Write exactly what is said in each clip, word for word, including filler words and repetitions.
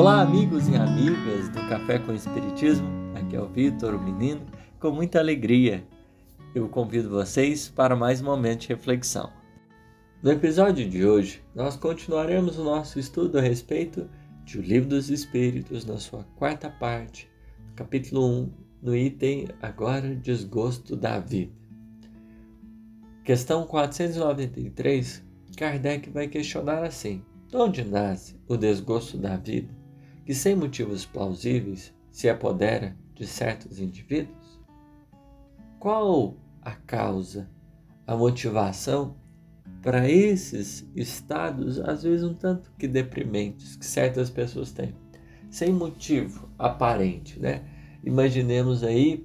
Olá, amigos e amigas do Café com Espiritismo. Aqui é o Vitor, o menino, com muita alegria. Eu convido vocês para mais um momento de reflexão. No episódio de hoje, nós continuaremos o nosso estudo a respeito de O Livro dos Espíritos, na sua quarta parte, capítulo um, no item Agora Desgosto da Vida. Questão quatrocentos e noventa e três, Kardec vai questionar assim: de onde nasce o desgosto da vida, que sem motivos plausíveis se apodera de certos indivíduos? Qual a causa, a motivação para esses estados, às vezes um tanto que deprimentes, que certas pessoas têm, sem motivo aparente, né? Imaginemos aí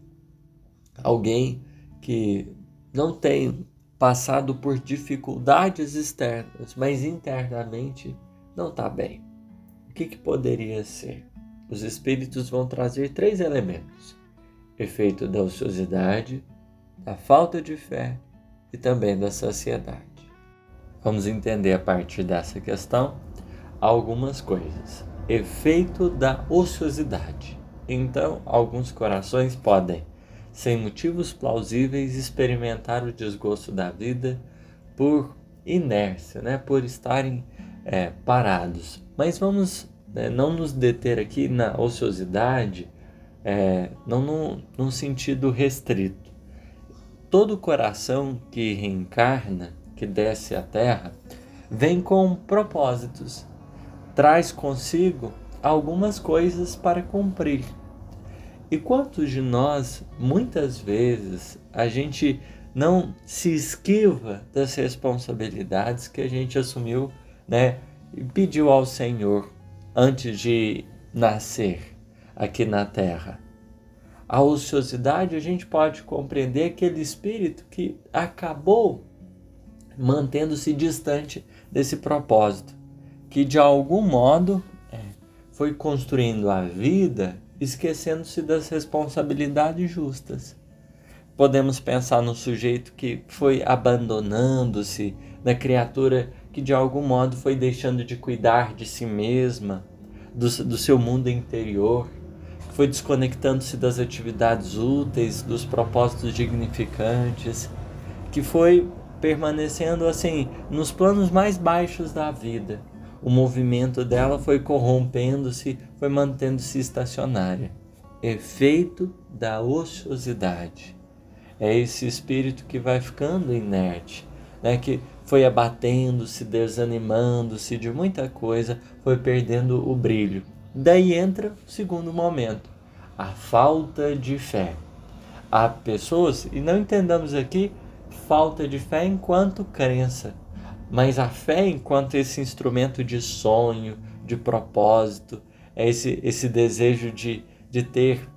alguém que não tem passado por dificuldades externas, mas internamente não está bem. O que, que poderia ser? Os espíritos vão trazer três elementos: efeito da ociosidade, da falta de fé e também da saciedade. Vamos entender a partir dessa questão algumas coisas. Efeito da ociosidade. Então, alguns corações podem, sem motivos plausíveis, experimentar o desgosto da vida por inércia, né? Por estarem é, parados. Mas vamos né, não nos deter aqui na ociosidade, é, não num, num sentido restrito. Todo coração que reencarna, que desce à Terra, vem com propósitos, traz consigo algumas coisas para cumprir. E quantos de nós, muitas vezes, a gente não se esquiva das responsabilidades que a gente assumiu, né, e pediu ao Senhor antes de nascer aqui na Terra? A ociosidade, a gente pode compreender aquele espírito que acabou mantendo-se distante desse propósito, que de algum modo é, foi construindo a vida esquecendo-se das responsabilidades justas. Podemos pensar no sujeito que foi abandonando-se, na criatura que de algum modo foi deixando de cuidar de si mesma, do, do seu mundo interior, que foi desconectando-se das atividades úteis, dos propósitos dignificantes, que foi permanecendo assim nos planos mais baixos da vida. O movimento dela foi corrompendo-se, foi mantendo-se estacionária. Efeito da ociosidade. É esse espírito que vai ficando inerte, né? Que foi abatendo-se, desanimando-se de muita coisa, foi perdendo o brilho. Daí entra o segundo momento, a falta de fé. Há pessoas, e não entendamos aqui falta de fé enquanto crença, mas a fé enquanto esse instrumento de sonho, de propósito, é esse, esse desejo de, de ter,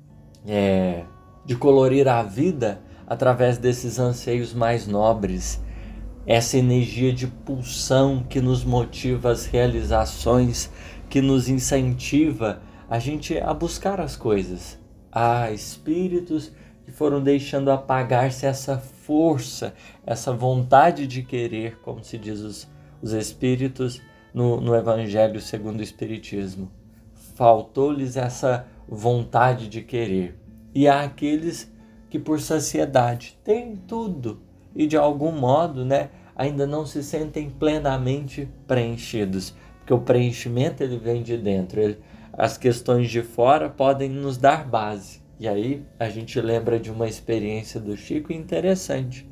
é, de colorir a vida através desses anseios mais nobres, essa energia de pulsão que nos motiva às realizações, que nos incentiva a gente a buscar as coisas. Há espíritos que foram deixando apagar-se essa força, essa vontade de querer, como se diz os, os espíritos no, no Evangelho segundo o Espiritismo. Faltou-lhes essa vontade de querer. E há aqueles que por saciedade têm tudo e de algum modo, né, ainda não se sentem plenamente preenchidos, porque o preenchimento ele vem de dentro. Ele, as questões de fora podem nos dar base. E aí a gente lembra de uma experiência do Chico interessante.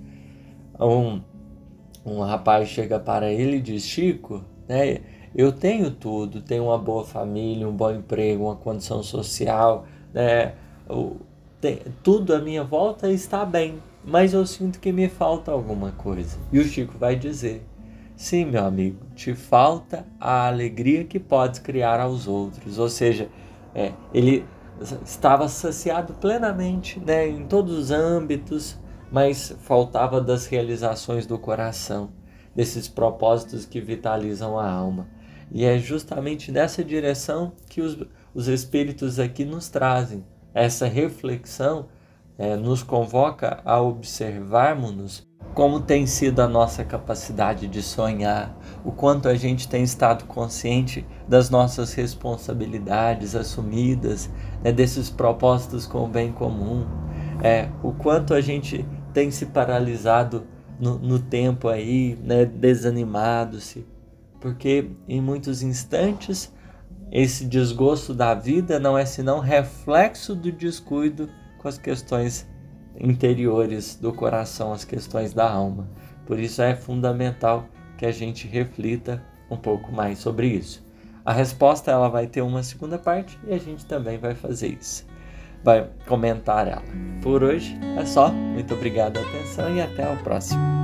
Um, um rapaz chega para ele e diz: Chico, né, eu tenho tudo, tenho uma boa família, um bom emprego, uma condição social, né, eu, tem, tudo à minha volta está bem, mas eu sinto que me falta alguma coisa. E o Chico vai dizer: sim, meu amigo, te falta a alegria que podes criar aos outros. Ou seja, é, ele estava saciado plenamente, né, em todos os âmbitos, mas faltava das realizações do coração, desses propósitos que vitalizam a alma. E é justamente nessa direção que os, os espíritos aqui nos trazem. Essa reflexão é, nos convoca a observarmos-nos como tem sido a nossa capacidade de sonhar, o quanto a gente tem estado consciente das nossas responsabilidades assumidas, né, desses propósitos com o bem comum, é, o quanto a gente tem se paralisado no, no tempo aí, né, desanimado-se, porque em muitos instantes esse desgosto da vida não é senão reflexo do descuido com as questões interiores do coração, as questões da alma. Por isso é fundamental que a gente reflita um pouco mais sobre isso. A resposta ela vai ter uma segunda parte e a gente também vai fazer isso. Vai comentar ela. Por hoje é só. Muito obrigado pela atenção e até o próximo.